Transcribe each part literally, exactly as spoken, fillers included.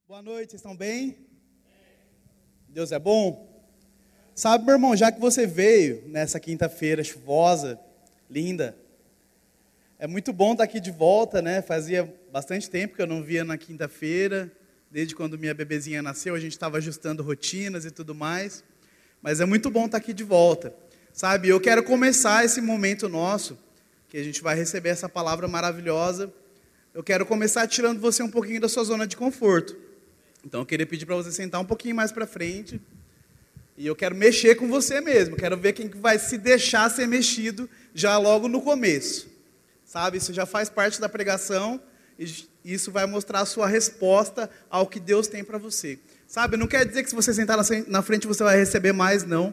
Boa noite, vocês estão bem? Deus é bom? Sabe, meu irmão, já que você veio nessa quinta-feira chuvosa, linda, é muito bom estar aqui de volta, né? Fazia bastante tempo que eu não via na quinta-feira, desde quando minha bebezinha nasceu, a gente estava ajustando rotinas e tudo mais, mas é muito bom estar aqui de volta, sabe? Eu quero começar esse momento nosso, que a gente vai receber essa palavra maravilhosa. Eu quero começar tirando você um pouquinho da sua zona de conforto. Então eu queria pedir para você sentar um pouquinho mais para frente. E eu quero mexer com você mesmo. Quero ver quem vai se deixar ser mexido já logo no começo. Sabe, isso já faz parte da pregação. E isso vai mostrar a sua resposta ao que Deus tem para você. Sabe, não quer dizer que se você sentar na frente você vai receber mais, não.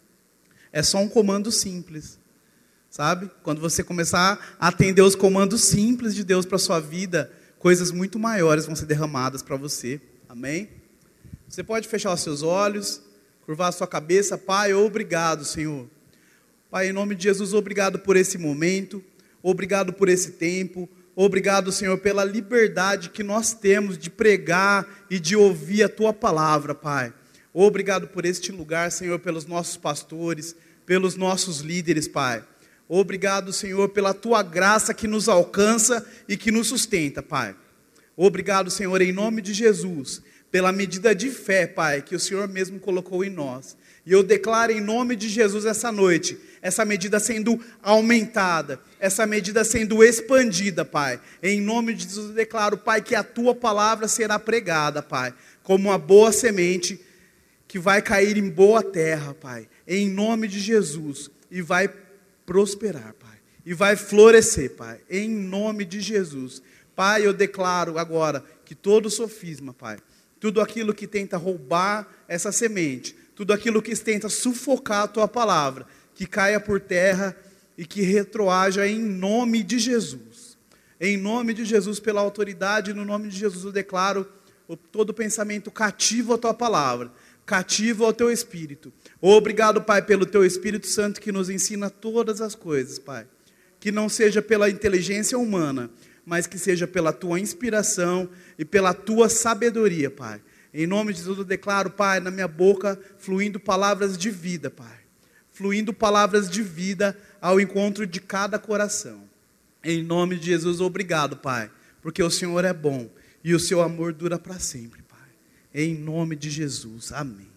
É só um comando simples. Sabe? Quando você começar a atender os comandos simples de Deus para a sua vida, coisas muito maiores vão ser derramadas para você. Amém? Você pode fechar os seus olhos, curvar a sua cabeça. Pai, obrigado, Senhor. Pai, em nome de Jesus, obrigado por esse momento, obrigado por esse tempo, obrigado, Senhor, pela liberdade que nós temos de pregar e de ouvir a Tua palavra, Pai. Obrigado por este lugar, Senhor, pelos nossos pastores, pelos nossos líderes, Pai. Obrigado, Senhor, pela Tua graça que nos alcança e que nos sustenta, Pai. Obrigado, Senhor, em nome de Jesus, pela medida de fé, Pai, que o Senhor mesmo colocou em nós. E eu declaro em nome de Jesus essa noite, essa medida sendo aumentada, essa medida sendo expandida, Pai. Em nome de Jesus eu declaro, Pai, que a Tua palavra será pregada, Pai, como uma boa semente que vai cair em boa terra, Pai. Em nome de Jesus, e vai prosperar, Pai, e vai florescer, Pai, em nome de Jesus. Pai, eu declaro agora que todo sofisma, Pai, tudo aquilo que tenta roubar essa semente, tudo aquilo que tenta sufocar a Tua palavra, que caia por terra e que retroaja em nome de Jesus. Em nome de Jesus, pela autoridade, no nome de Jesus eu declaro todo pensamento cativo à Tua palavra, cativo ao Teu Espírito. Obrigado, Pai, pelo Teu Espírito Santo que nos ensina todas as coisas, Pai. Que não seja pela inteligência humana, mas que seja pela Tua inspiração e pela Tua sabedoria, Pai. Em nome de Jesus eu declaro, Pai, na minha boca, fluindo palavras de vida, Pai. Fluindo palavras de vida ao encontro de cada coração. Em nome de Jesus, obrigado, Pai, porque o Senhor é bom e o Seu amor dura para sempre, Pai. Em nome de Jesus, amém.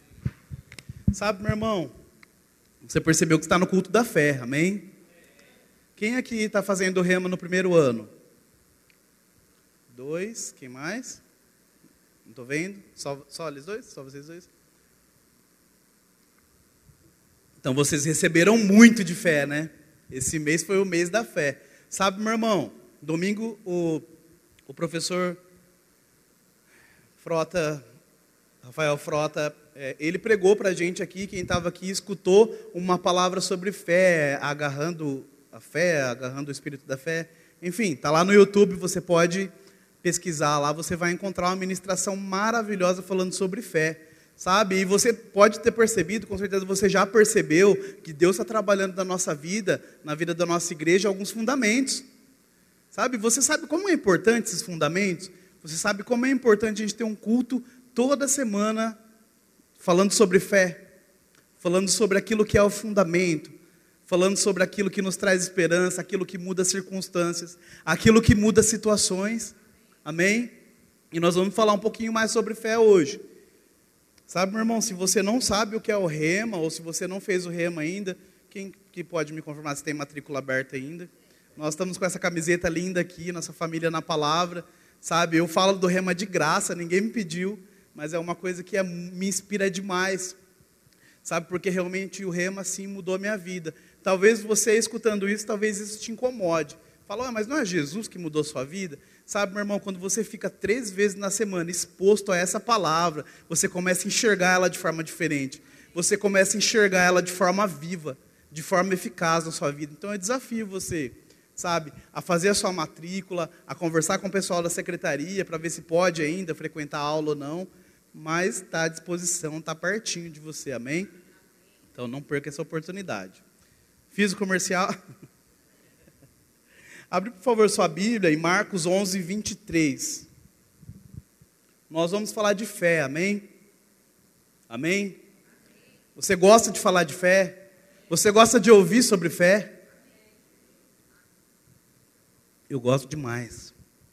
Sabe, meu irmão, você percebeu que está no culto da fé, amém? Quem aqui está fazendo rema no primeiro ano? Dois, quem mais? Não estou vendo, só, só eles dois? Só vocês dois? Então vocês receberam muito de fé, né? Esse mês foi o mês da fé. Sabe, meu irmão, domingo o, o professor Frota, Rafael Frota, é, ele pregou para a gente aqui, quem estava aqui escutou uma palavra sobre fé, agarrando a fé, agarrando o espírito da fé. Enfim, está lá no YouTube, você pode pesquisar lá, você vai encontrar uma ministração maravilhosa falando sobre fé, sabe? E você pode ter percebido, com certeza você já percebeu, que Deus está trabalhando na nossa vida, na vida da nossa igreja, alguns fundamentos, sabe? Você sabe como é importante esses fundamentos? Você sabe como é importante a gente ter um culto toda semana falando sobre fé, falando sobre aquilo que é o fundamento, falando sobre aquilo que nos traz esperança, aquilo que muda circunstâncias, aquilo que muda situações, amém? E nós vamos falar um pouquinho mais sobre fé hoje. Sabe, meu irmão, se você não sabe o que é o rema, ou se você não fez o rema ainda, quem que pode me confirmar se tem matrícula aberta ainda? Nós estamos com essa camiseta linda aqui, nossa família na palavra, sabe? Eu falo do rema de graça, ninguém me pediu, mas é uma coisa que é, me inspira demais, sabe? Porque realmente o rema, assim, mudou a minha vida. Talvez você escutando isso, talvez isso te incomode. Fala, ah, mas não é Jesus que mudou a sua vida? Sabe, meu irmão, quando você fica três vezes na semana exposto a essa palavra, você começa a enxergar ela de forma diferente. Você começa a enxergar ela de forma viva, de forma eficaz na sua vida. Então eu desafio você, sabe, a fazer a sua matrícula, a conversar com o pessoal da secretaria para ver se pode ainda frequentar a aula ou não, mas está à disposição, está pertinho de você, amém? Então não perca essa oportunidade. Fiz o comercial. Abre, por favor, sua Bíblia em Marcos onze, vinte e três. nós vamos falar de fé, amém? Amém? Você gosta de falar de fé? Você gosta de ouvir sobre fé? Eu gosto demais.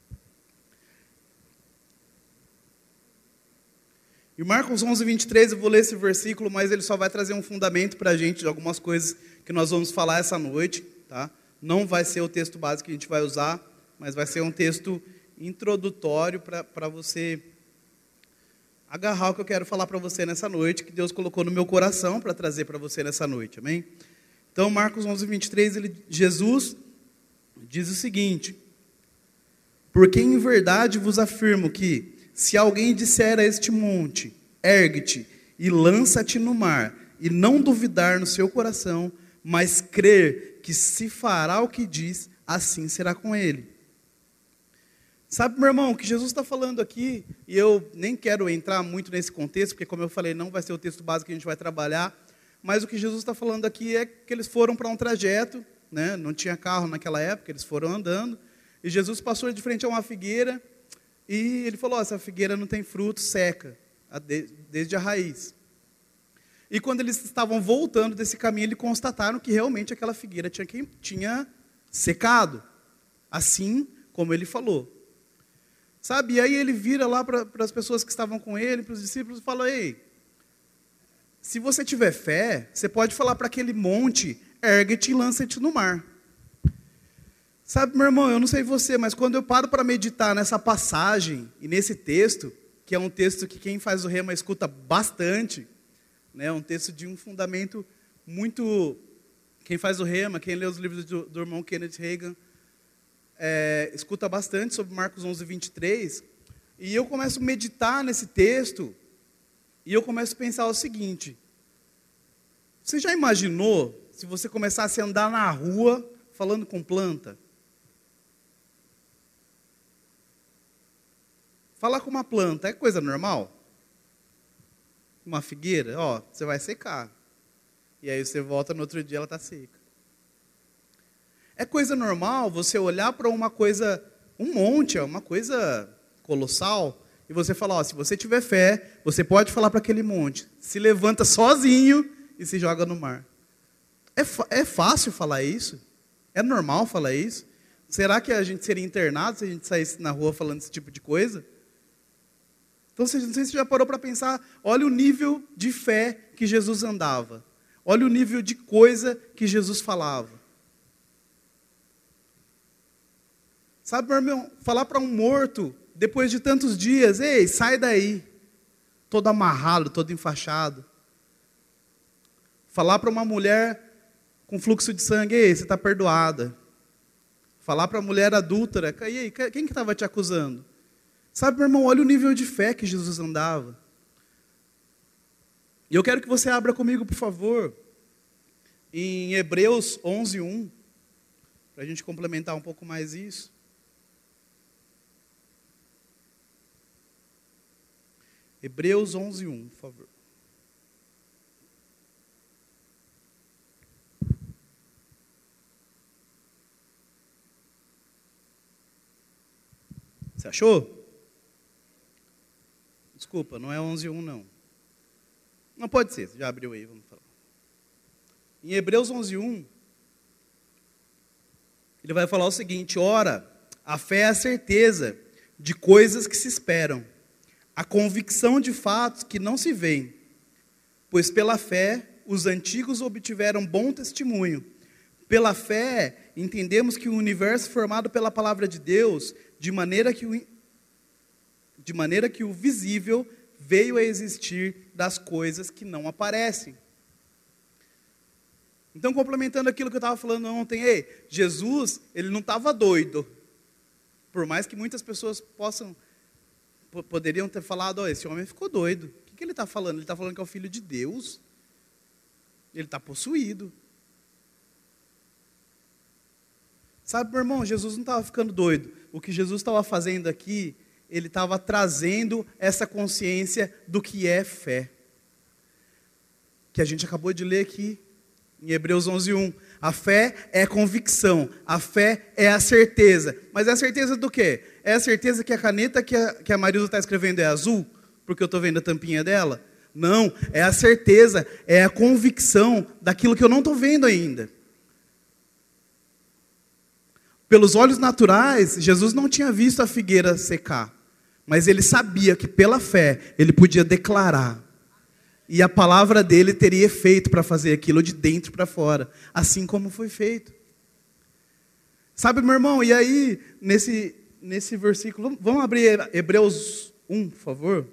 E Marcos onze, vinte e três, eu vou ler esse versículo, mas ele só vai trazer um fundamento para a gente de algumas coisas que nós vamos falar essa noite, tá? Não vai ser o texto básico que a gente vai usar, mas vai ser um texto introdutório para você agarrar o que eu quero falar para você nessa noite, que Deus colocou no meu coração para trazer para você nessa noite, amém? Então, Marcos onze, vinte e três, ele, Jesus diz o seguinte: porque em verdade vos afirmo que, se alguém disser a este monte, ergue-te e lança-te no mar, e não duvidar no seu coração, mas crer que se fará o que diz, assim será com ele. Sabe, meu irmão, o que Jesus está falando aqui, e eu nem quero entrar muito nesse contexto, porque como eu falei, não vai ser o texto básico que a gente vai trabalhar, mas o que Jesus está falando aqui é que eles foram para um trajeto, né? Não tinha carro naquela época, eles foram andando, e Jesus passou de frente a uma figueira, e ele falou, oh, essa figueira não tem fruto, seca, desde a raiz. E quando eles estavam voltando desse caminho, eles constataram que realmente aquela figueira tinha, tinha secado, assim como ele falou. Sabe, e aí ele vira lá para as pessoas que estavam com ele, para os discípulos, e fala, ei, se você tiver fé, você pode falar para aquele monte, ergue-te e lança-te no mar. Sabe, meu irmão, eu não sei você, mas quando eu paro para meditar nessa passagem e nesse texto, que é um texto que quem faz o rema escuta bastante, né, um texto de um fundamento muito... Quem faz o rema, quem lê os livros do, do irmão Kenneth Hagin, é, escuta bastante sobre Marcos onze, vinte e três, e eu começo a meditar nesse texto, e eu começo a pensar o seguinte: você já imaginou se você começasse a andar na rua falando com planta? Falar com uma planta é coisa normal? Uma figueira, ó, você vai secar. E aí você volta no outro dia, ela está seca. É coisa normal você olhar para uma coisa, um monte, uma coisa colossal, e você falar, ó, se você tiver fé, você pode falar para aquele monte, se levanta sozinho e se joga no mar. É, é fácil falar isso? É normal falar isso? Será que a gente seria internado se a gente saísse na rua falando esse tipo de coisa? Então, não sei se você já parou para pensar, olha o nível de fé que Jesus andava. Olha o nível de coisa que Jesus falava. Sabe, meu irmão, falar para um morto, depois de tantos dias, ei, sai daí, todo amarrado, todo enfaixado. Falar para uma mulher com fluxo de sangue, ei, você está perdoada. Falar para a mulher adúltera, e aí, quem que estava te acusando? Sabe, meu irmão, olha o nível de fé que Jesus andava. E eu quero que você abra comigo, por favor, em Hebreus onze, um, para a gente complementar um pouco mais isso. Hebreus onze, um, por favor. Você achou? Desculpa, não é onze, um, não. Não pode ser, você já abriu aí, vamos falar. Em Hebreus onze, um, ele vai falar o seguinte: ora, a fé é a certeza de coisas que se esperam, a convicção de fatos que não se veem, pois pela fé os antigos obtiveram bom testemunho. Pela fé entendemos que o universo formado pela palavra de Deus, de maneira que o, de maneira que o visível veio a existir das coisas que não aparecem. Então, complementando aquilo que eu estava falando ontem, ei, Jesus, ele não estava doido. Por mais que muitas pessoas possam, poderiam ter falado, oh, esse homem ficou doido. O que, que ele está falando? Ele está falando que é o Filho de Deus. Ele está possuído. Sabe, meu irmão, Jesus não estava ficando doido. O que Jesus estava fazendo aqui, ele estava trazendo essa consciência do que é fé. Que a gente acabou de ler aqui, em Hebreus onze, um. A fé é convicção, a fé é a certeza. Mas é a certeza do quê? É a certeza que a caneta que a, que a Marilza está escrevendo é azul? Porque eu estou vendo a tampinha dela? Não, é a certeza, é a convicção daquilo que eu não estou vendo ainda. Pelos olhos naturais, Jesus não tinha visto a figueira secar. Mas ele sabia que pela fé, ele podia declarar. E a palavra dele teria efeito para fazer aquilo de dentro para fora. Assim como foi feito. Sabe, meu irmão, e aí, nesse, nesse versículo, vamos abrir Hebreus um, por favor?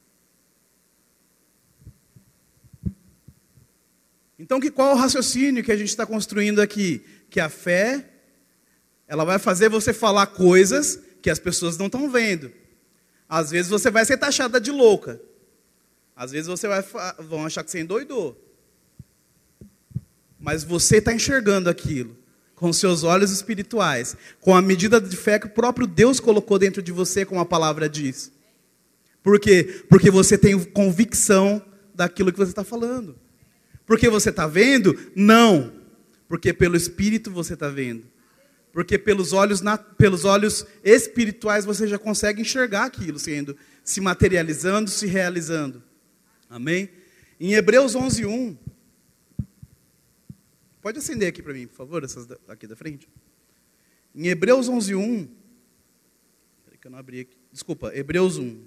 Então, que, qual é o raciocínio que a gente está construindo aqui? Que a fé, ela vai fazer você falar coisas que as pessoas não estão vendo. Às vezes você vai ser taxada de louca. Às vezes você vai vão achar que você endoidou. Mas você está enxergando aquilo com seus olhos espirituais, com a medida de fé que o próprio Deus colocou dentro de você, como a palavra diz. Por quê? Porque você tem convicção daquilo que você está falando. Porque você está vendo? Não. Porque pelo Espírito você está vendo. Porque pelos olhos, pelos olhos espirituais você já consegue enxergar aquilo sendo, se materializando, se realizando. Amém? Em Hebreus onze, um. Pode acender aqui para mim, por favor, essas aqui da frente. Em Hebreus onze, um. Peraí que eu não abri aqui. Desculpa, Hebreus um.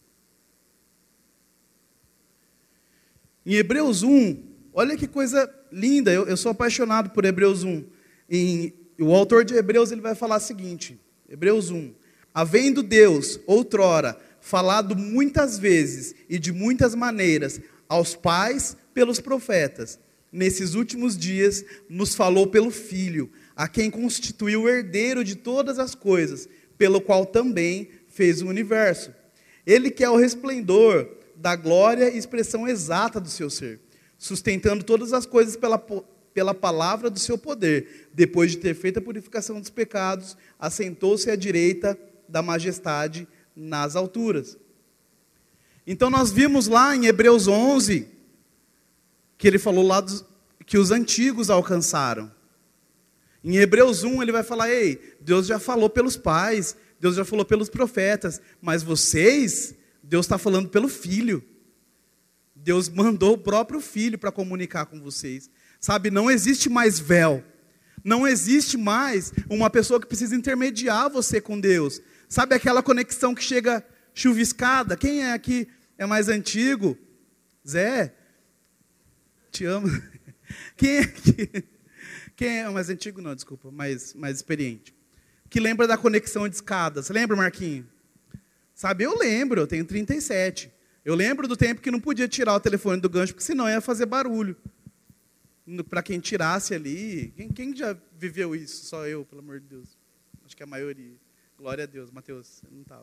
Em Hebreus um, olha que coisa linda. Eu, eu sou apaixonado por Hebreus um. Em O autor de Hebreus ele vai falar o seguinte, Hebreus um, havendo Deus, outrora, falado muitas vezes e de muitas maneiras aos pais pelos profetas, nesses últimos dias nos falou pelo Filho, a quem constituiu o herdeiro de todas as coisas, pelo qual também fez o universo. Ele que é o resplendor da glória e expressão exata do seu ser, sustentando todas as coisas pela pela palavra do seu poder, depois de ter feito a purificação dos pecados, assentou-se à direita da majestade nas alturas. Então nós vimos lá em Hebreus onze, que ele falou lá dos, que os antigos alcançaram. Em Hebreus um ele vai falar, ei, Deus já falou pelos pais, Deus já falou pelos profetas, mas vocês, Deus está falando pelo Filho. Deus mandou o próprio Filho para comunicar com vocês. Sabe, não existe mais véu. Não existe mais uma pessoa que precisa intermediar você com Deus. Sabe aquela conexão que chega chuviscada? Quem é aqui é mais antigo? Zé? Te amo. Quem é aqui? Quem é mais antigo? Não, desculpa, mais, mais experiente. Que lembra da conexão de escada. Você lembra, Marquinho? Sabe, eu lembro, eu tenho trinta e sete. Eu lembro do tempo que não podia tirar o telefone do gancho, porque senão ia fazer barulho. Para quem tirasse ali, quem, quem já viveu isso? Só eu, pelo amor de Deus. Acho que a maioria. Glória a Deus. Mateus, eu não estava.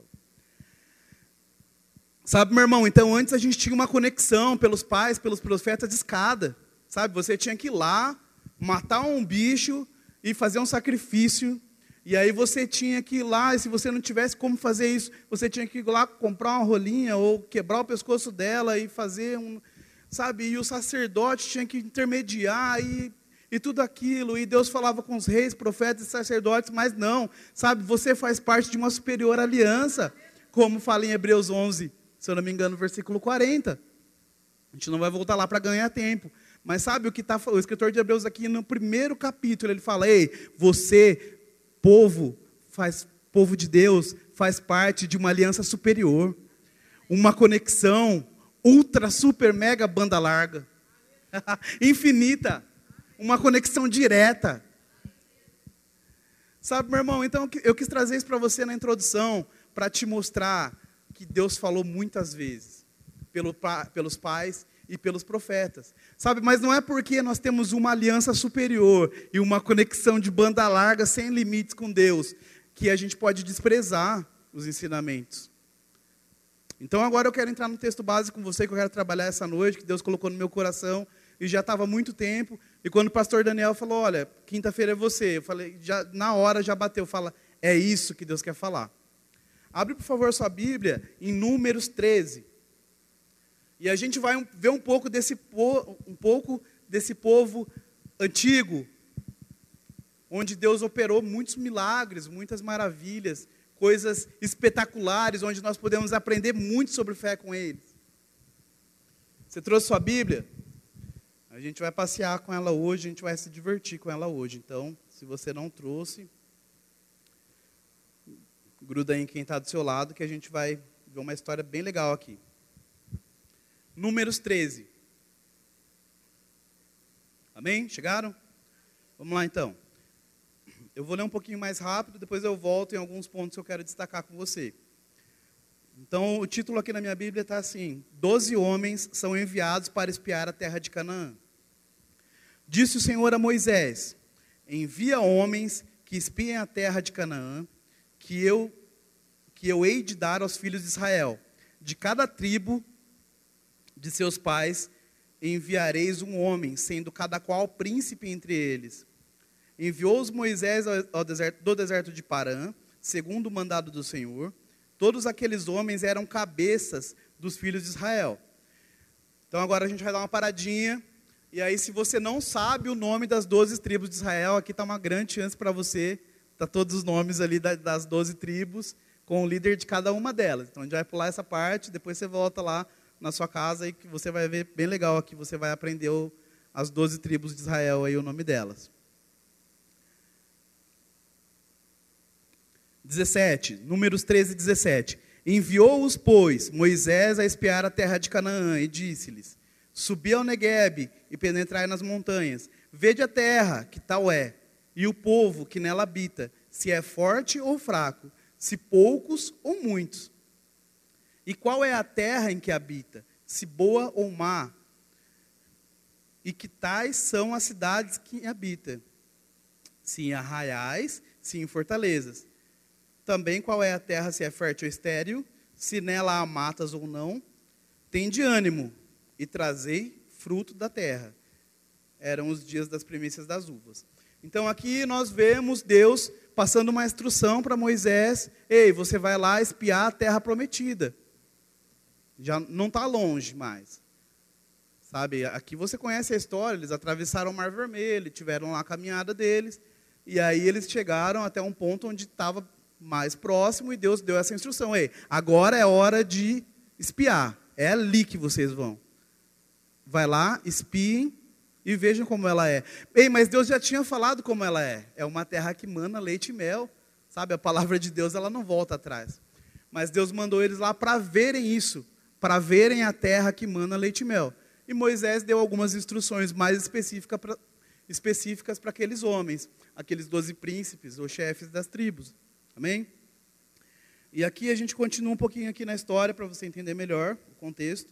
Sabe, meu irmão, então antes a gente tinha uma conexão pelos pais, pelos profetas de escada. Sabe, você tinha que ir lá, matar um bicho e fazer um sacrifício. E aí você tinha que ir lá, e se você não tivesse como fazer isso, você tinha que ir lá comprar uma rolinha ou quebrar o pescoço dela e fazer um... Sabe, e o sacerdote tinha que intermediar e, e tudo aquilo, e Deus falava com os reis, profetas e sacerdotes, mas não, sabe, você faz parte de uma superior aliança, como fala em Hebreus onze, se eu não me engano, versículo quarenta. A gente não vai voltar lá para ganhar tempo, mas sabe o que está o escritor de Hebreus aqui no primeiro capítulo, ele fala, ei, você, povo, faz, povo de Deus, faz parte de uma aliança superior, uma conexão ultra, super, mega banda larga. Infinita. Uma conexão direta. Sabe, meu irmão, então eu quis trazer isso para você na introdução, para te mostrar que Deus falou muitas vezes, pelo, pelos pais e pelos profetas. Sabe, mas não é porque nós temos uma aliança superior e uma conexão de banda larga sem limites com Deus, que a gente pode desprezar os ensinamentos. Então agora eu quero entrar no texto básico com você, que eu quero trabalhar essa noite, que Deus colocou no meu coração, e já estava há muito tempo, e quando o pastor Daniel falou, olha, quinta-feira é você, eu falei, já, na hora já bateu, fala, é isso que Deus quer falar. Abre, por favor, sua Bíblia em Números treze, e a gente vai ver um pouco desse, po, um pouco desse povo antigo, onde Deus operou muitos milagres, muitas maravilhas, coisas espetaculares, onde nós podemos aprender muito sobre fé com eles. Você trouxe sua Bíblia? A gente vai passear com ela hoje, a gente vai se divertir com ela hoje. Então, se você não trouxe, gruda aí em quem está do seu lado, que a gente vai ver uma história bem legal aqui. Números treze. Amém? Chegaram? Vamos lá então. Eu vou ler um pouquinho mais rápido, depois eu volto em alguns pontos que eu quero destacar com você. Então, o título aqui na minha Bíblia está assim: Doze homens são enviados para espiar a terra de Canaã. Disse o Senhor a Moisés: envia homens que espiem a terra de Canaã, que eu, que eu hei de dar aos filhos de Israel. De cada tribo de seus pais enviareis um homem, sendo cada qual príncipe entre eles. Enviou-os Moisés ao deserto, do deserto de Parã, segundo o mandado do Senhor. Todos aqueles homens eram cabeças dos filhos de Israel. Então agora a gente vai dar uma paradinha. E aí, se você não sabe o nome das doze tribos de Israel, aqui está uma grande chance para você. Está todos os nomes ali das doze tribos, com o líder de cada uma delas. Então a gente vai pular essa parte, depois você volta lá na sua casa e que você vai ver bem legal aqui. Você vai aprender o, as doze tribos de Israel, aí o nome delas. dezessete, Números treze, dezessete. Enviou-os, pois, Moisés a espiar a terra de Canaã, e disse-lhes: subi ao Neguebe e penetrai nas montanhas. Vede a terra, que tal é, e o povo que nela habita, se é forte ou fraco, se poucos ou muitos. E qual é a terra em que habita, se boa ou má? E que tais são as cidades que habita, se em arraiais, se em fortalezas. Também qual é a terra, se é fértil ou estéril, se nela há matas ou não. Tende ânimo e trazei fruto da terra. Eram os dias das primícias das uvas. Então aqui nós vemos Deus passando uma instrução para Moisés: ei, você vai lá espiar a terra prometida. Já não está longe mais. Sabe, aqui você conhece a história, eles atravessaram o Mar Vermelho, tiveram lá a caminhada deles, e aí eles chegaram até um ponto onde estava mais próximo, e Deus deu essa instrução: ei, agora é hora de espiar, é ali que vocês vão. Vai lá, espiem e vejam como ela é. Ei, mas Deus já tinha falado como ela é. É uma terra que mana leite e mel. Sabe, a palavra de Deus, ela não volta atrás. Mas Deus mandou eles lá para verem isso, para verem a terra que mana leite e mel. E Moisés deu algumas instruções mais específicas para específicas para aqueles homens, aqueles doze príncipes ou chefes das tribos. Amém? E aqui a gente continua um pouquinho aqui na história para você entender melhor o contexto.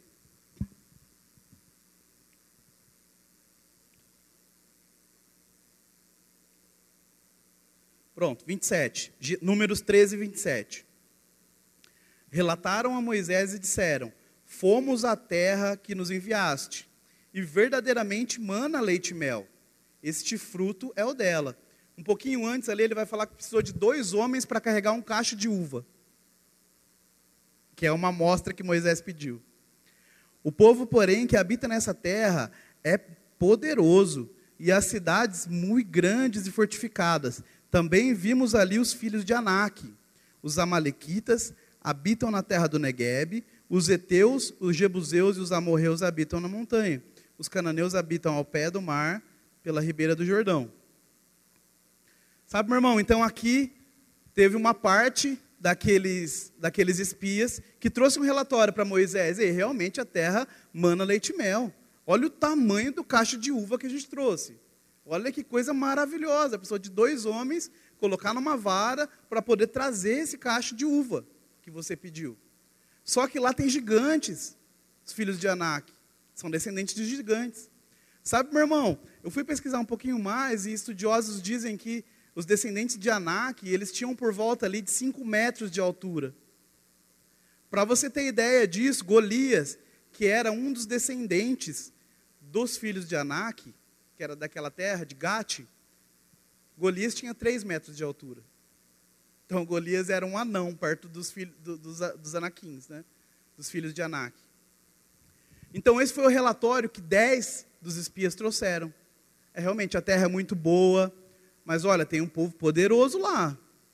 Pronto, vinte e sete. Números treze, vinte e sete. Relataram a Moisés e disseram: fomos à terra que nos enviaste, e verdadeiramente mana leite e mel. Este fruto é o dela. Um pouquinho antes ali ele vai falar que precisou de dois homens para carregar um cacho de uva, que é uma amostra que Moisés pediu. O povo, porém, que habita nessa terra é poderoso, e as cidades muito grandes e fortificadas. Também vimos ali os filhos de Anak. Os amalequitas habitam na terra do Neguebe, os heteus, os jebuseus e os amorreus habitam na montanha. Os cananeus habitam ao pé do mar, pela ribeira do Jordão. Sabe, meu irmão, então aqui teve uma parte daqueles, daqueles espias que trouxe um relatório para Moisés: e realmente a terra mana leite e mel. Olha o tamanho do cacho de uva que a gente trouxe. Olha que coisa maravilhosa. A pessoa de dois homens colocar numa vara para poder trazer esse cacho de uva que você pediu. Só que lá tem gigantes, os filhos de Anak. São descendentes de gigantes. Sabe, meu irmão, eu fui pesquisar um pouquinho mais e estudiosos dizem que os descendentes de Anak, eles tinham por volta ali de cinco metros de altura. Para você ter ideia disso, Golias, que era um dos descendentes dos filhos de Anak, que era daquela terra, de Gate, Golias tinha três metros de altura. Então Golias era um anão perto dos, filhos, do, dos, dos Anaquins, né? Dos filhos de Anak. Então esse foi o relatório que dez dos espias trouxeram. É, realmente a terra é muito boa, mas olha, tem um povo poderoso lá.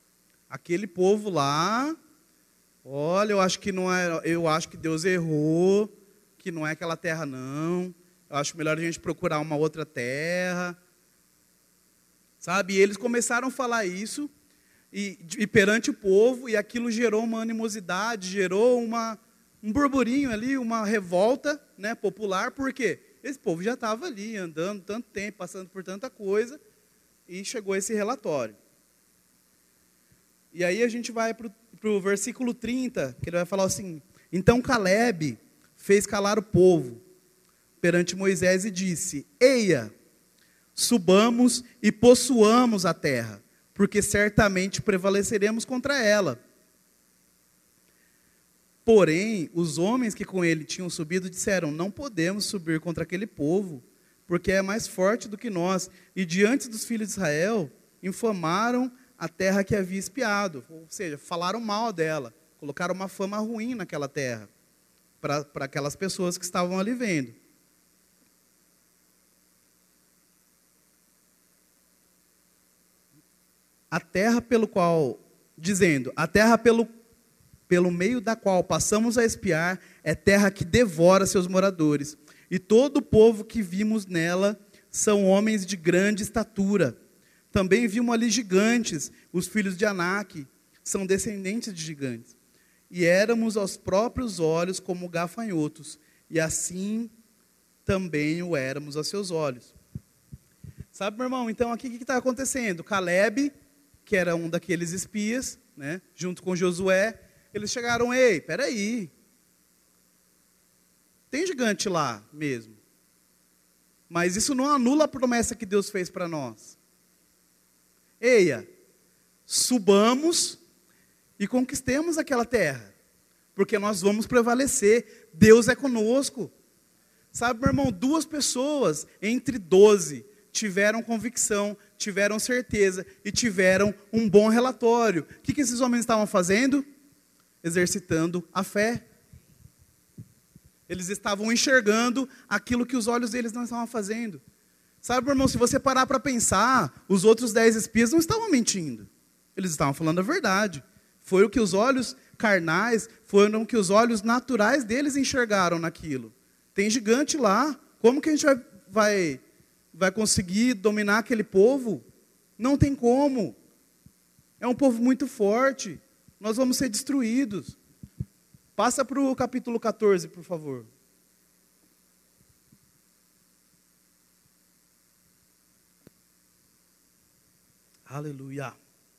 aquele povo lá, olha, eu acho que não é, eu acho que Deus errou, que não é aquela terra não. Eu acho melhor a gente procurar uma outra terra. Sabe? E eles começaram a falar isso e, e perante o povo, e aquilo gerou uma animosidade, gerou uma, um burburinho ali, uma revolta, né, popular. Por quê? Esse povo já estava ali, andando tanto tempo, passando por tanta coisa, e chegou esse relatório. E aí a gente vai para o versículo trinta, que ele vai falar assim: então Calebe fez calar o povo perante Moisés e disse: eia, subamos e possuamos a terra, porque certamente prevaleceremos contra ela. Porém, os homens que com ele tinham subido disseram: não podemos subir contra aquele povo, porque é mais forte do que nós. E diante dos filhos de Israel, infamaram a terra que havia espiado. Ou seja, falaram mal dela, colocaram uma fama ruim naquela terra, para aquelas pessoas que estavam ali vendo. A terra pelo qual, dizendo, a terra pelo, pelo meio da qual passamos a espiar, é terra que devora seus moradores. E todo o povo que vimos nela são homens de grande estatura. Também vimos ali gigantes, os filhos de Anak, são descendentes de gigantes. E éramos aos próprios olhos como gafanhotos, e assim também o éramos aos seus olhos. Sabe, meu irmão, então aqui o que está acontecendo? Calebe, que era um daqueles espias, né, junto com Josué, eles chegaram: ei, peraí, tem gigante lá mesmo, mas isso não anula a promessa que Deus fez para nós. Eia, subamos e conquistemos aquela terra, porque nós vamos prevalecer, Deus é conosco. Sabe, meu irmão, duas pessoas entre doze tiveram convicção, tiveram certeza e tiveram um bom relatório. O que, que esses homens estavam fazendo? Exercitando a fé. Eles estavam enxergando aquilo que os olhos deles não estavam fazendo. Sabe, meu irmão, se você parar para pensar, os outros dez espias não estavam mentindo. Eles estavam falando a verdade. Foi o que os olhos carnais, foram o que os olhos naturais deles enxergaram naquilo. Tem gigante lá. Como que a gente vai... vai vai conseguir dominar aquele povo? Não tem como. É um povo muito forte. Nós vamos ser destruídos. Passa para o capítulo quatorze, por favor. Aleluia.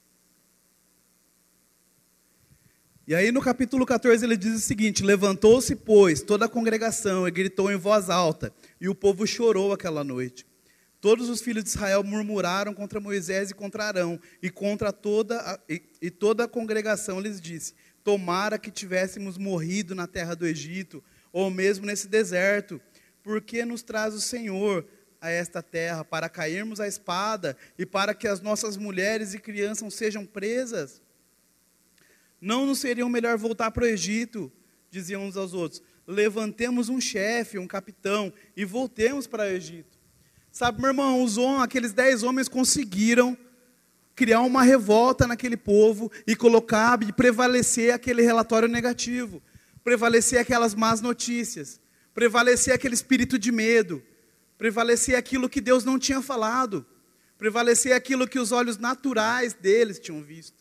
E aí no capítulo quatorze ele diz o seguinte: levantou-se, pois, toda a congregação e gritou em voz alta, e o povo chorou aquela noite. Todos os filhos de Israel murmuraram contra Moisés e contra Arão, e contra toda a, e, e toda a congregação lhes disse: tomara que tivéssemos morrido na terra do Egito, ou mesmo nesse deserto, porque nos traz o Senhor a esta terra, para cairmos à espada, e para que as nossas mulheres e crianças sejam presas? Não nos seria melhor voltar para o Egito? Diziam uns aos outros. Levantemos um chefe, um capitão, e voltemos para o Egito. Sabe, meu irmão, os homens, aqueles dez homens conseguiram criar uma revolta naquele povo e colocar, e prevalecer aquele relatório negativo, prevalecer aquelas más notícias, prevalecer aquele espírito de medo, prevalecer aquilo que Deus não tinha falado, prevalecer aquilo que os olhos naturais deles tinham visto.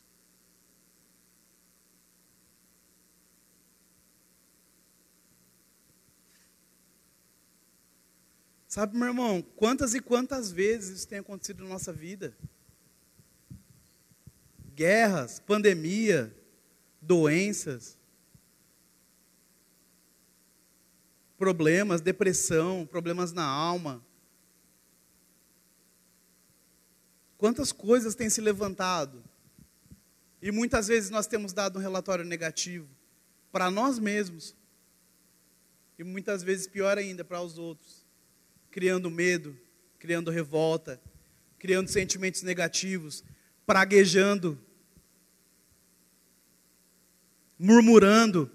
Sabe, meu irmão, quantas e quantas vezes isso tem acontecido na nossa vida? Guerras, pandemia, doenças, problemas, depressão, problemas na alma. Quantas coisas têm se levantado? E muitas vezes nós temos dado um relatório negativo para nós mesmos. E muitas vezes, pior ainda, para os outros. Criando medo, criando revolta, criando sentimentos negativos, praguejando, murmurando.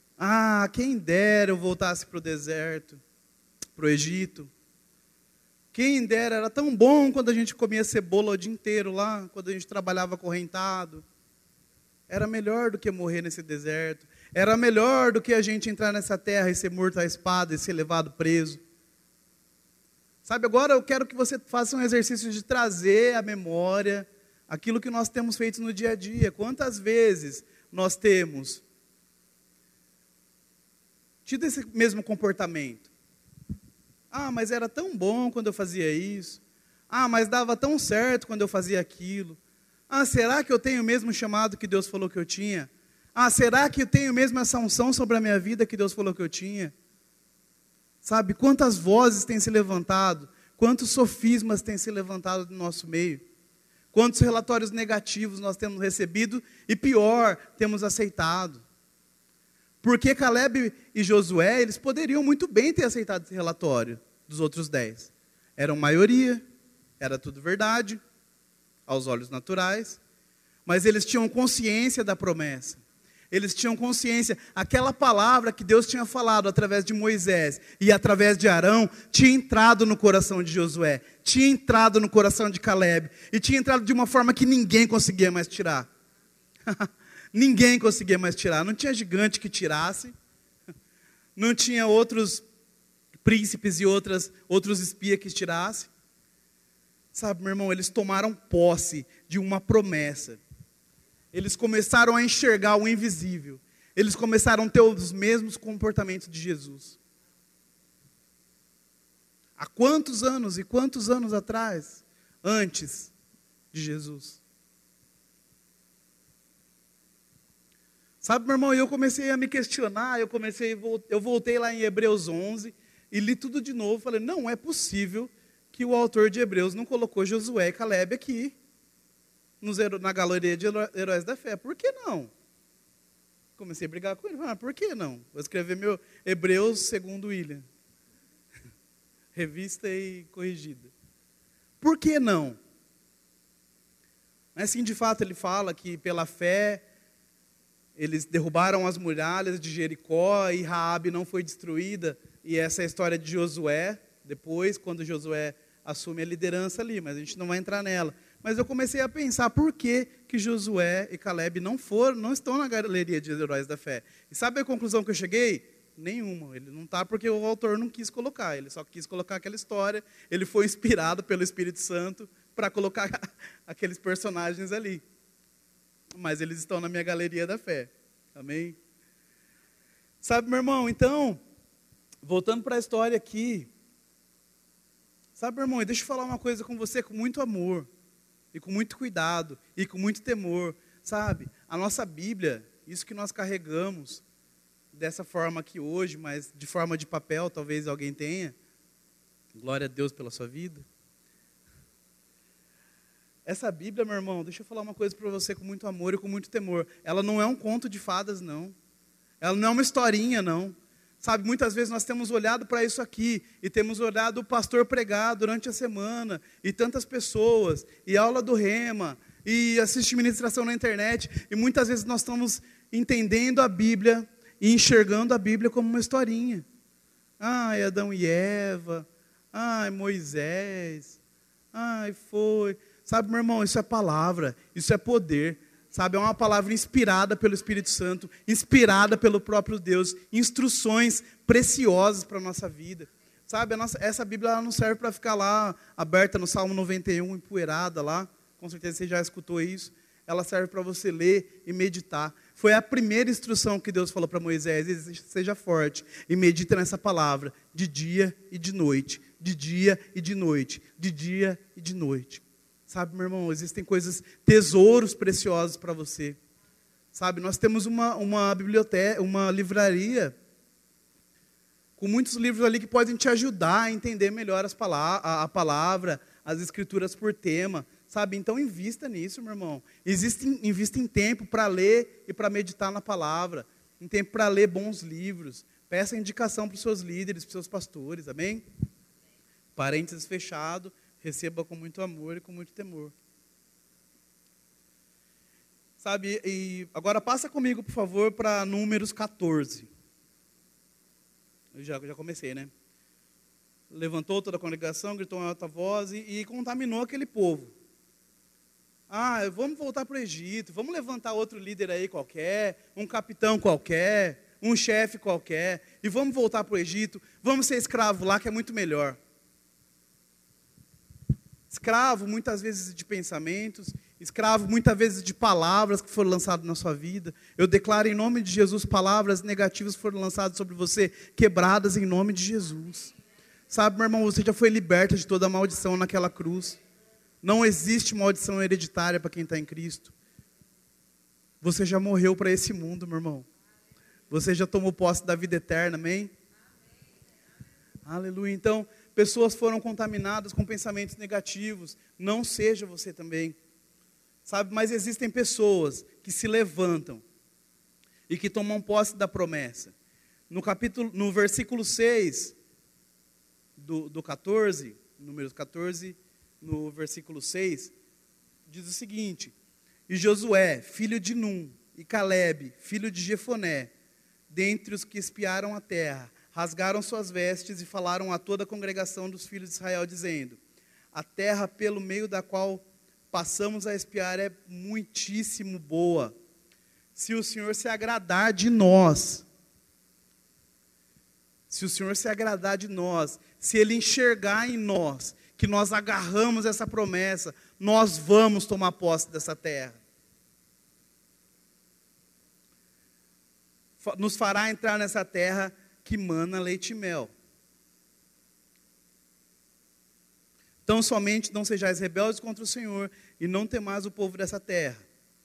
Ah, quem dera eu voltasse para o deserto, para o Egito. Quem dera, era tão bom quando a gente comia cebola o dia inteiro lá, quando a gente trabalhava acorrentado. Era melhor do que morrer nesse deserto. Era melhor do que a gente entrar nessa terra e ser morto à espada e ser levado preso. Sabe, agora eu quero que você faça um exercício de trazer à memória aquilo que nós temos feito no dia a dia. Quantas vezes nós temos tido esse mesmo comportamento? Ah, mas era tão bom quando eu fazia isso. Ah, mas dava tão certo quando eu fazia aquilo. Ah, será que eu tenho o mesmo chamado que Deus falou que eu tinha? Ah, será que eu tenho mesmo essa unção sobre a minha vida que Deus falou que eu tinha? Sabe, quantas vozes têm se levantado, quantos sofismas têm se levantado no nosso meio, quantos relatórios negativos nós temos recebido e pior, temos aceitado. Porque Caleb e Josué, eles poderiam muito bem ter aceitado esse relatório dos outros dez. Eram maioria, era tudo verdade, aos olhos naturais, mas eles tinham consciência da promessa. Eles tinham consciência, aquela palavra que Deus tinha falado através de Moisés e através de Arão, tinha entrado no coração de Josué, tinha entrado no coração de Caleb, e tinha entrado de uma forma que ninguém conseguia mais tirar. Ninguém conseguia mais tirar, não tinha gigante que tirasse, não tinha outros príncipes e outras, outros espias que tirassem. Sabe, meu irmão, eles tomaram posse de uma promessa. Eles começaram a enxergar o invisível. Eles começaram a ter os mesmos comportamentos de Jesus. Há quantos anos e quantos anos atrás, antes de Jesus? Sabe, meu irmão, eu comecei a me questionar, eu comecei, eu voltei lá em Hebreus onze e li tudo de novo, falei, não é possível que o autor de Hebreus não colocou Josué e Caleb aqui, nos, na galeria de heróis da fé. Por que não? Comecei a brigar com ele, ah, por que não? Vou escrever meu Hebreus segundo William, revista e corrigida. Por que não? Mas sim, de fato, ele fala que pela fé, eles derrubaram as muralhas de Jericó e Raabe não foi destruída. E essa é a história de Josué, depois, quando Josué assume a liderança ali, mas a gente não vai entrar nela. Mas eu comecei a pensar por que, que Josué e Caleb não foram, não estão na galeria de heróis da fé. E sabe a conclusão que eu cheguei? Nenhuma. Ele não está porque o autor não quis colocar, ele só quis colocar aquela história, ele foi inspirado pelo Espírito Santo para colocar aqueles personagens ali. Mas eles estão na minha galeria da fé. Amém? Sabe, meu irmão, então, voltando para a história aqui. Sabe, meu irmão, deixa eu falar uma coisa com você com muito amor. E com muito cuidado. E com muito temor. Sabe, a nossa Bíblia, isso que nós carregamos, dessa forma aqui hoje, mas de forma de papel, talvez alguém tenha. Glória a Deus pela sua vida. Essa Bíblia, meu irmão, deixa eu falar uma coisa para você com muito amor e com muito temor. Ela não é um conto de fadas, não. Ela não é uma historinha, não. Sabe, muitas vezes nós temos olhado para isso aqui, e temos olhado o pastor pregar durante a semana, e tantas pessoas, e aula do Rema, e assistir ministração na internet, e muitas vezes nós estamos entendendo a Bíblia, e enxergando a Bíblia como uma historinha. Ai, Adão e Eva, ai, Moisés, ai, foi... Sabe, meu irmão, isso é palavra, isso é poder, sabe, é uma palavra inspirada pelo Espírito Santo, inspirada pelo próprio Deus, instruções preciosas para a nossa vida, sabe, a nossa, essa Bíblia ela não serve para ficar lá, aberta no Salmo noventa e um, empoeirada lá, com certeza você já escutou isso, ela serve para você ler e meditar. Foi a primeira instrução que Deus falou para Moisés, seja forte e medita nessa palavra, de dia e de noite, de dia e de noite, de dia e de noite. Sabe, meu irmão, existem coisas, tesouros preciosos para você. Sabe, nós temos uma, uma biblioteca, uma livraria, com muitos livros ali que podem te ajudar a entender melhor as palavras, a, a palavra, as escrituras por tema. Sabe, então invista nisso, meu irmão. Existe, invista em tempo para ler e para meditar na palavra. Em tempo para ler bons livros. Peça indicação para os seus líderes, para os seus pastores, amém? Parênteses fechado. Receba com muito amor e com muito temor. Sabe, e agora passa comigo, por favor, para Números catorze. Eu já, já comecei, né? levantou toda a congregação, gritou em alta voz e, e contaminou aquele povo. Ah, vamos voltar para o Egito, vamos levantar outro líder aí qualquer, um capitão qualquer, um chefe qualquer, e vamos voltar para o Egito, vamos ser escravo lá que é muito melhor. Escravo muitas vezes de pensamentos, escravo muitas vezes de palavras que foram lançadas na sua vida. Eu declaro em nome de Jesus, palavras negativas foram lançadas sobre você, quebradas em nome de Jesus. Sabe, meu irmão, você já foi liberto de toda a maldição naquela cruz. Não existe maldição hereditária para quem está em Cristo. Você já morreu para esse mundo, meu irmão. Você já tomou posse da vida eterna, amém? Aleluia. Então, pessoas foram contaminadas com pensamentos negativos. Não seja você também. Sabe, mas existem pessoas que se levantam e que tomam posse da promessa. No capítulo, no versículo seis do, do catorze, número catorze, no versículo seis, diz o seguinte: e Josué, filho de Num, e Calebe, filho de Jefoné, dentre os que espiaram a terra, rasgaram suas vestes e falaram a toda a congregação dos filhos de Israel, dizendo: a terra pelo meio da qual passamos a espiar é muitíssimo boa. Se o Senhor se agradar de nós, se o Senhor se agradar de nós, se Ele enxergar em nós, que nós agarramos essa promessa, nós vamos tomar posse dessa terra. Nos fará entrar nessa terra que mana leite e mel. Então somente não sejais rebeldes contra o Senhor, e não temais o povo dessa terra.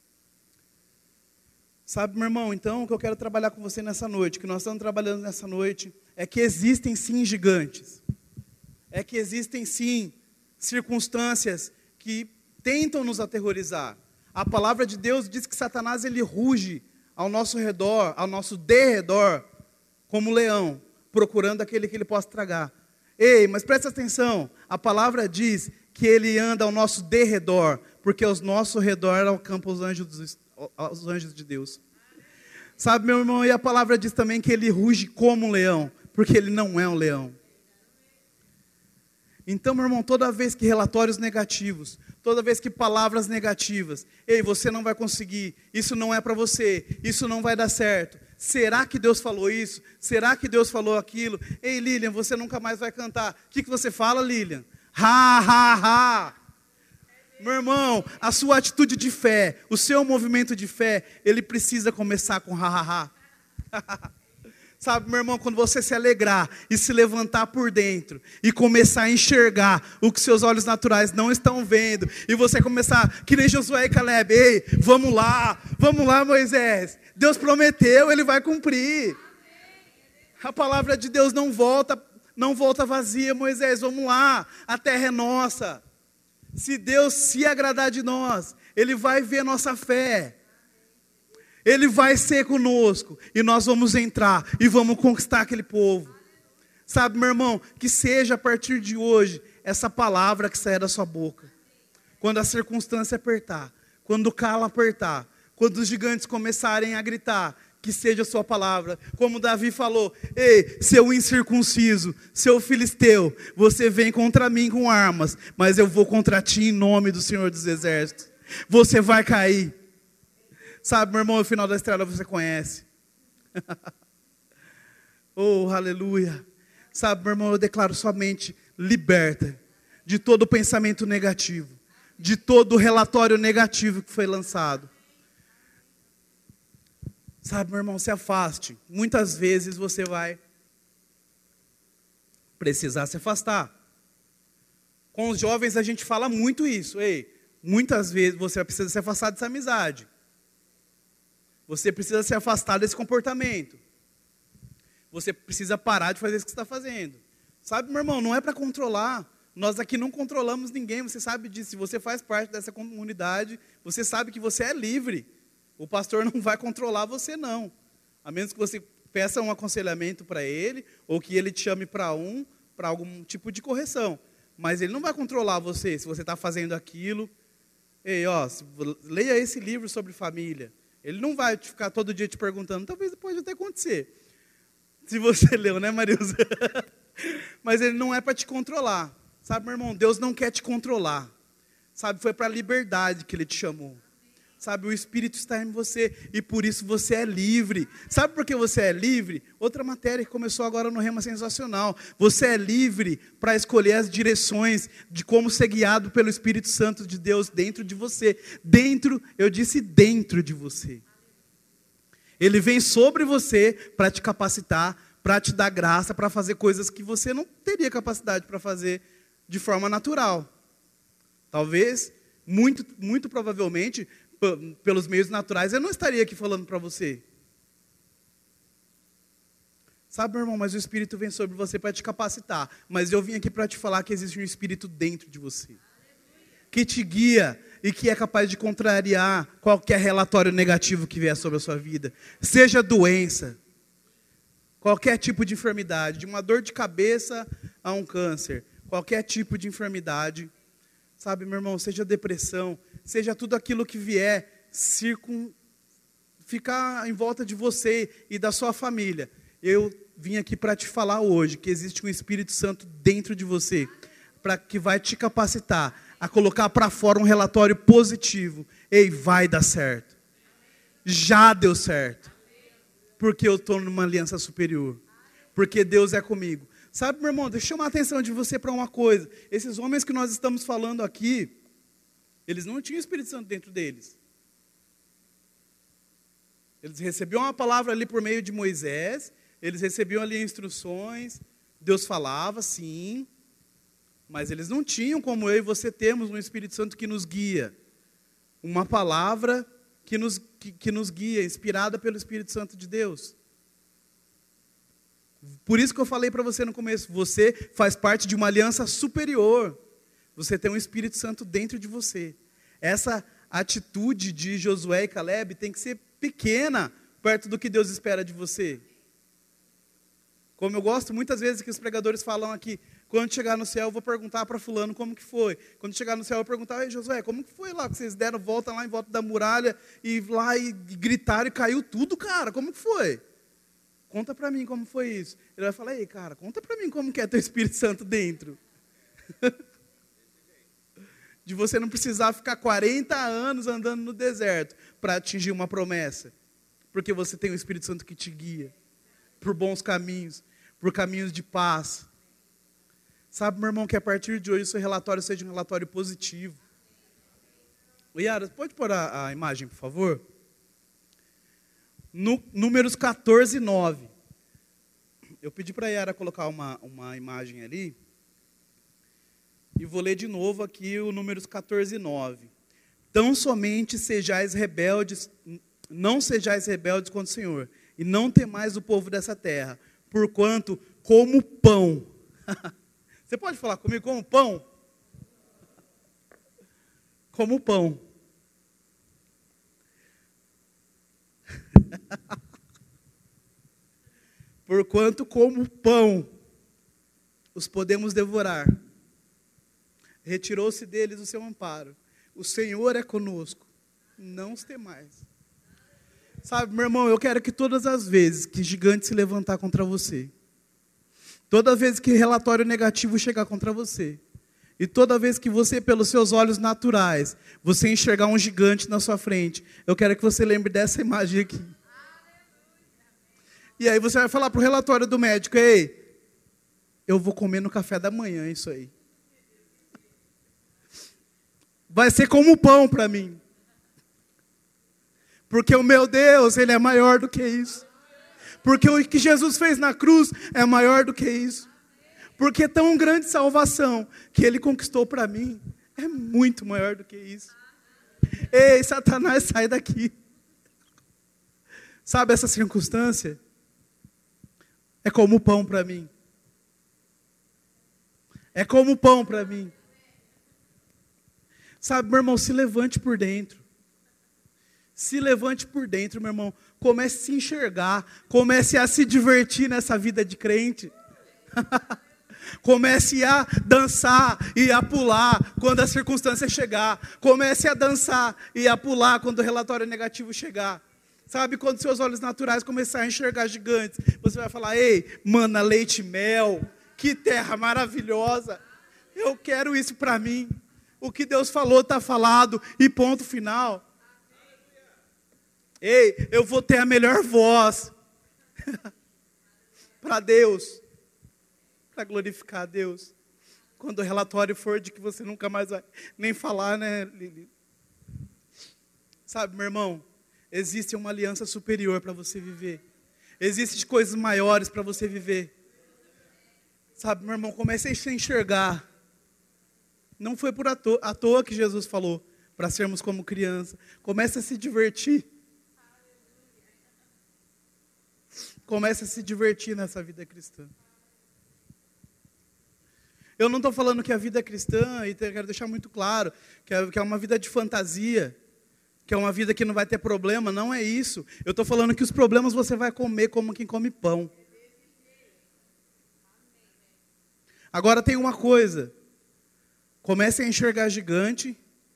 Sabe, meu irmão, então o que eu quero trabalhar com você nessa noite, que nós estamos trabalhando nessa noite, é que existem sim gigantes. É que existem sim circunstâncias que tentam nos aterrorizar. A palavra de Deus diz que Satanás ele ruge ao nosso redor, ao nosso derredor, como leão, procurando aquele que ele possa tragar. Ei, mas presta atenção, a palavra diz que ele anda ao nosso derredor, porque ao nosso redor acampa os anjos, os anjos de Deus. Sabe, meu irmão, e a palavra diz também que ele ruge como um leão, porque ele não é um leão. Então, meu irmão, toda vez que relatórios negativos, toda vez que palavras negativas, ei, você não vai conseguir, isso não é para você, isso não vai dar certo. Será que Deus falou isso? Será que Deus falou aquilo? Ei, Lilian, você nunca mais vai cantar. O que, que você fala, Lilian? Ha, ha, ha. Meu irmão, a sua atitude de fé, o seu movimento de fé, ele precisa começar com ha, ha, ha. Sabe, meu irmão, quando você se alegrar e se levantar por dentro e começar a enxergar o que seus olhos naturais não estão vendo, e você começar, que nem Josué e Calebe, ei, vamos lá, vamos lá, Moisés, Deus prometeu, Ele vai cumprir. A palavra de Deus não volta, não volta vazia, Moisés, vamos lá, a terra é nossa. Se Deus se agradar de nós, Ele vai ver nossa fé. Ele vai ser conosco, e nós vamos entrar, e vamos conquistar aquele povo. Sabe, meu irmão, que seja a partir de hoje, essa palavra que sair da sua boca. Quando a circunstância apertar, quando o calo apertar, quando os gigantes começarem a gritar, que seja a sua palavra. Como Davi falou, ei, seu incircunciso, seu filisteu, você vem contra mim com armas, mas eu vou contra ti em nome do Senhor dos Exércitos. Você vai cair. Sabe, meu irmão, o final da estrada você conhece. Oh, aleluia. Sabe, meu irmão, eu declaro somente liberta de todo pensamento negativo, de todo relatório negativo que foi lançado. Sabe, meu irmão, se afaste. Muitas vezes você vai precisar se afastar. Com os jovens a gente fala muito isso. Ei, muitas vezes você precisa se afastar dessa amizade. Você precisa se afastar desse comportamento. Você precisa parar de fazer isso que você está fazendo. Sabe, meu irmão, não é para controlar. Nós aqui não controlamos ninguém, você sabe disso. Se você faz parte dessa comunidade, você sabe que você é livre. O pastor não vai controlar você, não. A menos que você peça um aconselhamento para ele, ou que ele te chame para um, para algum tipo de correção. Mas ele não vai controlar você, se você está fazendo aquilo. Ei, ó, leia esse livro sobre família. Ele não vai ficar todo dia te perguntando, talvez pode até acontecer. Se você leu, né, Marilza? Mas ele não é para te controlar. Sabe, meu irmão, Deus não quer te controlar. Sabe, foi para a liberdade que Ele te chamou. Sabe, o Espírito está em você e por isso você é livre. Sabe por que você é livre? Outra matéria que começou agora no Rema Sensacional. Você é livre para escolher as direções de como ser guiado pelo Espírito Santo de Deus dentro de você. Dentro, eu disse dentro de você. Ele vem sobre você para te capacitar, para te dar graça, para fazer coisas que você não teria capacidade para fazer de forma natural. Talvez, muito, muito provavelmente, pelos meios naturais, eu não estaria aqui falando para você. Sabe, meu irmão, mas o Espírito vem sobre você para te capacitar. Mas eu vim aqui para te falar que existe um Espírito dentro de você, que te guia e que é capaz de contrariar qualquer relatório negativo que vier sobre a sua vida. Seja doença, qualquer tipo de enfermidade, de uma dor de cabeça a um câncer, qualquer tipo de enfermidade. Sabe, meu irmão, seja depressão, seja tudo aquilo que vier circun... ficar em volta de você e da sua família. Eu vim aqui para te falar hoje que existe um Espírito Santo dentro de você, para que vai te capacitar a colocar para fora um relatório positivo. Ei, vai dar certo. Já deu certo. Porque eu estou numa aliança superior. Porque Deus é comigo. Sabe, meu irmão, deixa eu chamar a atenção de você para uma coisa. Esses homens que nós estamos falando aqui, eles não tinham o Espírito Santo dentro deles. Eles recebiam uma palavra ali por meio de Moisés, eles recebiam ali instruções, Deus falava, sim, mas eles não tinham, como eu e você temos, um Espírito Santo que nos guia. Uma palavra que nos, que, que nos guia, inspirada pelo Espírito Santo de Deus. Por isso que eu falei para você no começo, você faz parte de uma aliança superior. Você tem um Espírito Santo dentro de você. Essa atitude de Josué e Caleb tem que ser pequena perto do que Deus espera de você. Como eu gosto muitas vezes que os pregadores falam aqui, quando chegar no céu eu vou perguntar para fulano como que foi. Quando chegar no céu eu vou perguntar, ei Josué, como que foi lá que vocês deram volta lá em volta da muralha e lá e gritaram e caiu tudo, cara, como que foi? Conta para mim como foi isso. Ele vai falar, ei cara, conta para mim como que é teu Espírito Santo dentro. De você não precisar ficar quarenta anos andando no deserto para atingir uma promessa. Porque você tem o Espírito Santo que te guia por bons caminhos, por caminhos de paz. Sabe, meu irmão, que a partir de hoje o seu relatório seja um relatório positivo. O Yara, pode pôr a, a imagem, por favor? No, números catorze, nove. Eu pedi para a Yara colocar uma, uma imagem ali. E vou ler de novo aqui o números catorze, nove. Tão somente sejais rebeldes, não sejais rebeldes contra o Senhor, e não temais o povo dessa terra, porquanto como pão. Você pode falar comigo como pão? Como pão. Porquanto como pão os podemos devorar. Retirou-se deles o seu amparo. O Senhor é conosco. Não os temais. Sabe, meu irmão, eu quero que todas as vezes que gigante se levantar contra você, toda vez que relatório negativo chegar contra você, e toda vez que você, pelos seus olhos naturais, você enxergar um gigante na sua frente, eu quero que você lembre dessa imagem aqui. E aí você vai falar para o relatório do médico, ei, eu vou comer no café da manhã isso aí. Vai ser como pão para mim. Porque o meu Deus, Ele é maior do que isso. Porque o que Jesus fez na cruz é maior do que isso. Porque é tão grande salvação que Ele conquistou para mim é muito maior do que isso. Ei, Satanás, sai daqui. Sabe essa circunstância? É como pão para mim. É como pão para mim. Sabe, meu irmão, se levante por dentro. Se levante por dentro, meu irmão. Comece a se enxergar. Comece a se divertir nessa vida de crente. Comece a dançar e a pular quando a circunstância chegar. Comece a dançar e a pular quando o relatório negativo chegar. Sabe, quando seus olhos naturais começarem a enxergar gigantes, você vai falar, ei, mana, leite e mel, Que terra maravilhosa. Eu quero isso para mim. O que Deus falou está falado e ponto final. Ei, eu vou ter a melhor voz para Deus, para glorificar a Deus. Quando o relatório for de que você nunca mais vai nem falar, né, Lili? Sabe, meu irmão, existe uma aliança superior para você viver. Existem coisas maiores para você viver. Sabe, meu irmão, comece a se enxergar. Não foi por à toa, à toa que Jesus falou para sermos como criança. Comece a se divertir. Comece a se divertir nessa vida cristã. Eu não estou falando que a vida cristã, e quero deixar muito claro, que é, que é uma vida de fantasia, que é uma vida que não vai ter problema, não é isso. Eu estou falando que os problemas você vai comer como quem come pão. Agora tem uma coisa, comece a enxergar gigante.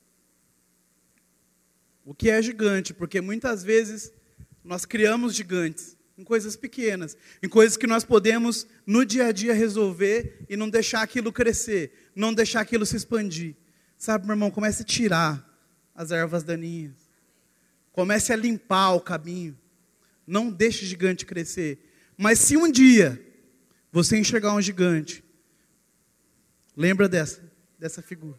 O que é gigante? Porque muitas vezes nós criamos gigantes em coisas pequenas, em coisas que nós podemos no dia a dia resolver e não deixar aquilo crescer, não deixar aquilo se expandir. Sabe, meu irmão, comece a tirar as ervas daninhas. Comece a limpar o caminho. Não deixe o gigante crescer. Mas se um dia você enxergar um gigante, lembra dessa, dessa figura.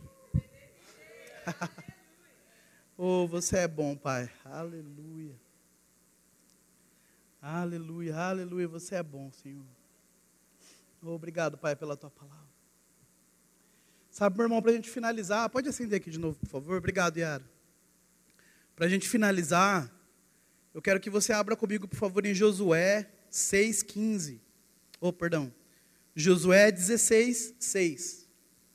Oh, você é bom, Pai. Aleluia. Aleluia, aleluia. Você é bom, Senhor. Oh, obrigado, Pai, pela Tua palavra. Sabe, meu irmão, para a gente finalizar, pode acender aqui de novo, por favor. Obrigado, Yara. Para a gente finalizar, eu quero que você abra comigo, por favor, em Josué seis, quinze. Oh, perdão. Josué dezesseis, seis.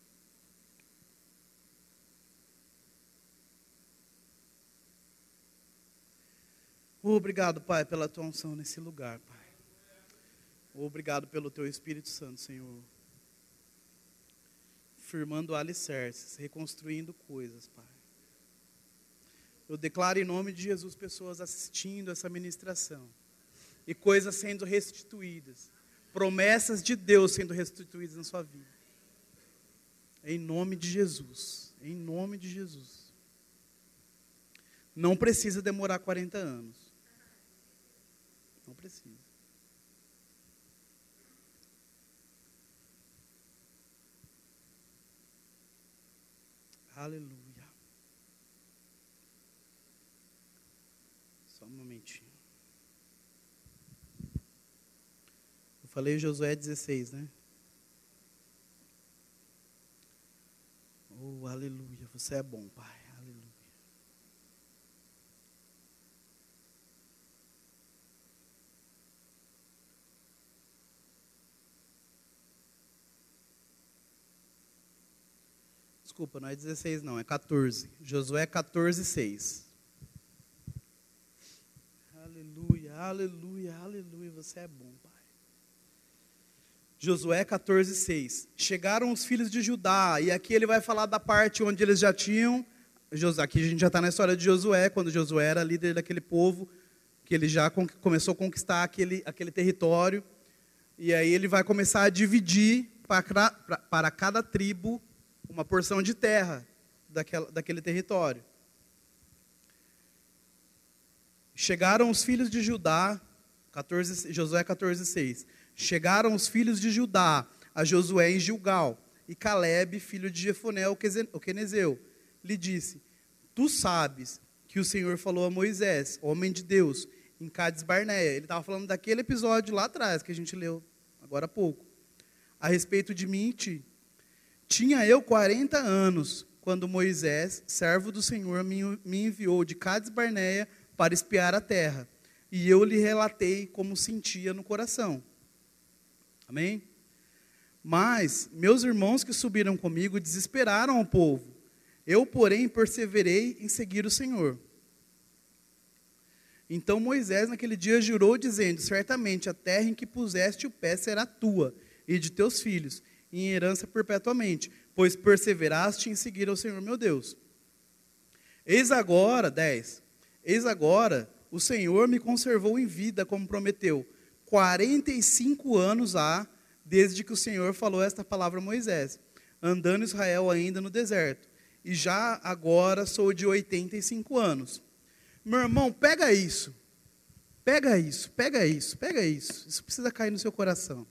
Obrigado, Pai, pela Tua unção nesse lugar, Pai. Obrigado pelo Teu Espírito Santo, Senhor. Firmando alicerces, reconstruindo coisas, Pai. Eu declaro em nome de Jesus pessoas assistindo essa ministração. E coisas sendo restituídas. Promessas de Deus sendo restituídas na sua vida. Em nome de Jesus. Em nome de Jesus. Não precisa demorar quarenta anos. Não precisa. Aleluia. Só um momentinho. Eu falei Josué dezesseis, né? Oh, aleluia. Você é bom, Pai. Aleluia. Desculpa, não é dezesseis não, é quatorze. Josué quatorze, seis. Aleluia, aleluia, aleluia, você é bom, Pai. Josué quatorze, seis. Chegaram os filhos de Judá, e aqui ele vai falar da parte onde eles já tinham, aqui a gente já está na história de Josué, quando Josué era líder daquele povo, que ele já começou a conquistar aquele, aquele território, e aí ele vai começar a dividir para, para cada tribo uma porção de terra daquela, daquele território. Chegaram os filhos de Judá, quatorze, Josué quatorze, seis. Chegaram os filhos de Judá a Josué em Gilgal, e Calebe, filho de Jefoné, o quenezeu, lhe disse: Tu sabes que o Senhor falou a Moisés, homem de Deus, em Cades Barneia. Ele estava falando daquele episódio lá atrás, que a gente leu agora há pouco, a respeito de mim e ti. Tinha eu quarenta anos, quando Moisés, servo do Senhor, me enviou de Cades Barneia para espiar a terra. E eu lhe relatei como sentia no coração. Amém? Mas meus irmãos que subiram comigo desesperaram o povo. Eu, porém, perseverei em seguir o Senhor. Então Moisés naquele dia jurou, dizendo: certamente a terra em que puseste o pé será tua e de teus filhos, em herança perpetuamente, pois perseveraste em seguir ao Senhor meu Deus. Eis agora, dez, eis agora, o Senhor me conservou em vida, como prometeu. quarenta e cinco anos há, desde que o Senhor falou esta palavra a Moisés, andando Israel ainda no deserto. E já agora sou de oitenta e cinco anos. Meu irmão, pega isso. Pega isso, pega isso, pega isso. Isso precisa cair no seu coração.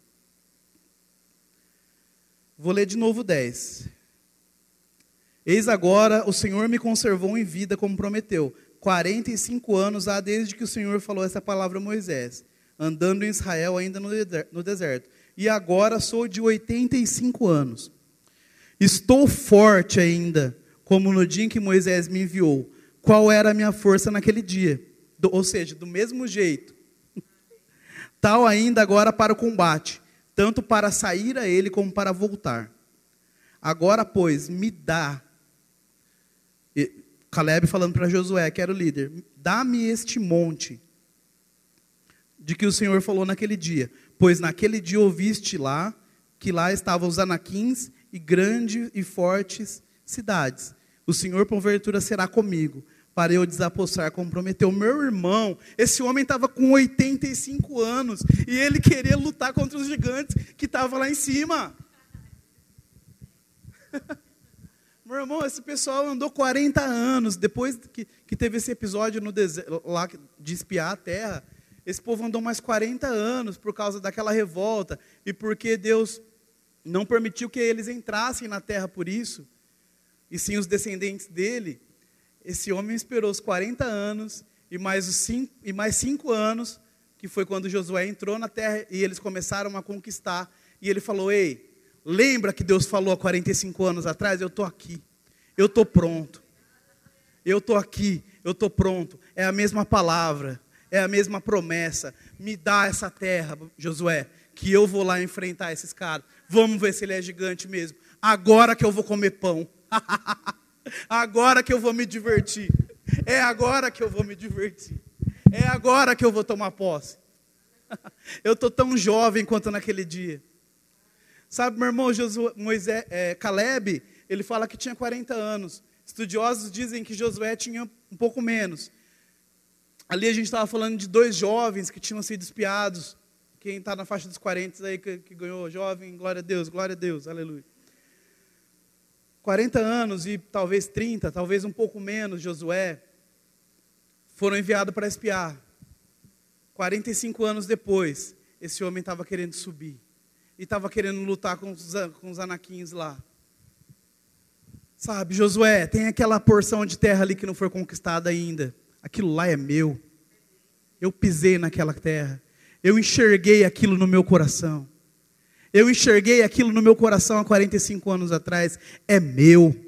Vou ler de novo dez. Eis agora, o Senhor me conservou em vida como prometeu. quarenta e cinco anos há desde que o Senhor falou essa palavra a Moisés, andando em Israel ainda no deserto. E agora sou de oitenta e cinco anos. Estou forte ainda, como no dia em que Moisés me enviou. Qual era a minha força naquele dia? Do, ou seja, do mesmo jeito. Tal ainda agora para o combate, tanto para sair a ele como para voltar. Agora, pois, me dá. E Caleb falando para Josué, que era o líder, dá-me este monte de que o Senhor falou naquele dia, pois naquele dia ouviste lá, que lá estavam os anaquins e grandes e fortes cidades. O Senhor, porventura, será comigo, para eu desapossar como prometeu. Meu irmão, esse homem estava com oitenta e cinco anos, e ele queria lutar contra os gigantes que estavam lá em cima. Meu irmão, esse pessoal andou quarenta anos, depois que, que teve esse episódio no deserto, lá de espiar a terra, esse povo andou mais quarenta anos por causa daquela revolta, e porque Deus não permitiu que eles entrassem na terra por isso, e sim os descendentes dele. Esse homem esperou os quarenta anos, e mais, os cinco, e mais cinco anos, que foi quando Josué entrou na terra, e eles começaram a conquistar, e ele falou, ei, lembra que Deus falou há quarenta e cinco anos atrás? Eu estou aqui, eu estou pronto, eu estou aqui, eu estou pronto, é a mesma palavra, é a mesma promessa, me dá essa terra, Josué, que eu vou lá enfrentar esses caras, vamos ver se ele é gigante mesmo, agora que eu vou comer pão, agora que eu vou me divertir, é agora que eu vou me divertir, é agora que eu vou tomar posse, eu estou tão jovem quanto naquele dia. Sabe, meu irmão, Josué, Moisés, é, Caleb, ele fala que tinha quarenta anos. Estudiosos dizem que Josué tinha um pouco menos. Ali a gente estava falando de dois jovens que tinham sido espiados. Quem está na faixa dos quarenta aí que, que ganhou jovem, glória a Deus, glória a Deus, aleluia. quarenta anos e talvez trinta, talvez um pouco menos, Josué, foram enviados para espiar. quarenta e cinco anos depois, esse homem estava querendo subir. E estava querendo lutar com os, com os anaquins lá. Sabe, Josué, tem aquela porção de terra ali que não foi conquistada ainda. Aquilo lá é meu. Eu pisei naquela terra. Eu enxerguei aquilo no meu coração. Eu enxerguei aquilo no meu coração há quarenta e cinco anos atrás. É meu.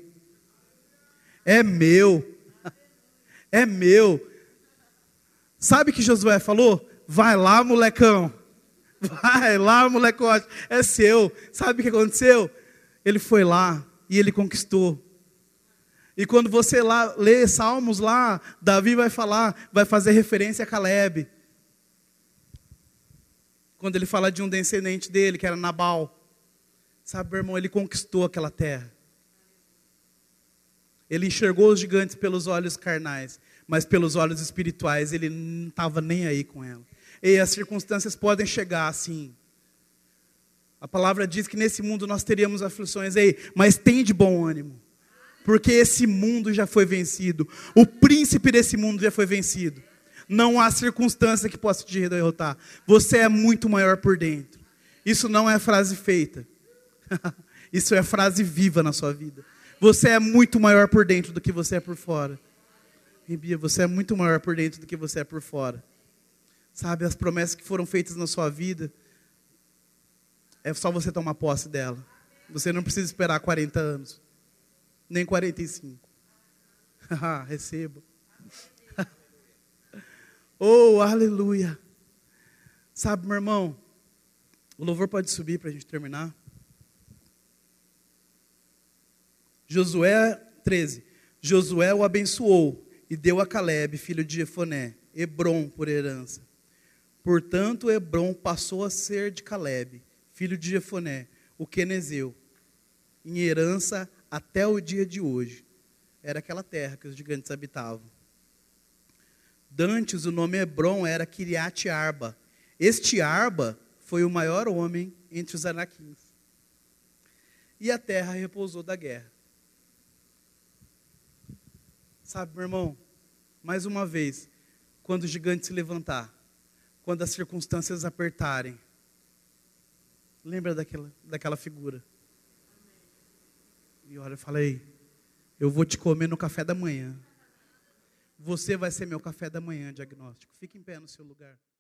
É meu. É meu. Sabe o que Josué falou? Vai lá, molecão. Vai lá, molecote, é seu. Sabe o que aconteceu? Ele foi lá e ele conquistou. E quando você lá lê Salmos lá, Davi vai falar, vai fazer referência a Caleb. Quando ele fala de um descendente dele, que era Nabal. Sabe, meu irmão, ele conquistou aquela terra. Ele enxergou os gigantes pelos olhos carnais, mas pelos olhos espirituais ele não estava nem aí com ela. E as circunstâncias podem chegar assim. A palavra diz que nesse mundo nós teríamos aflições. Ei, mas tem de bom ânimo. Porque esse mundo já foi vencido. O príncipe desse mundo já foi vencido. Não há circunstância que possa te derrotar. Você é muito maior por dentro. Isso não é frase feita. Isso é frase viva na sua vida. Você é muito maior por dentro do que você é por fora. Bia, você é muito maior por dentro do que você é por fora. Sabe, as promessas que foram feitas na sua vida, é só você tomar posse dela. Você não precisa esperar quarenta anos, nem quarenta e cinco. Receba. Oh, aleluia. Sabe, meu irmão, o louvor pode subir para a gente terminar. Josué treze. Josué o abençoou e deu a Caleb, filho de Jefoné, Hebrom por herança. Portanto, Hebrom passou a ser de Caleb, filho de Jefoné, o quenezeu, em herança até o dia de hoje. Era aquela terra que os gigantes habitavam. Dantes, o nome Hebrom era Kiriat Arba. Este Arba foi o maior homem entre os anaquins. E a terra repousou da guerra. Sabe, meu irmão, mais uma vez, quando o gigante se levantar, quando as circunstâncias apertarem, lembra daquela, daquela figura. E olha, eu falei, eu vou te comer no café da manhã. Você vai ser meu café da manhã, diagnóstico. Fique em pé no seu lugar.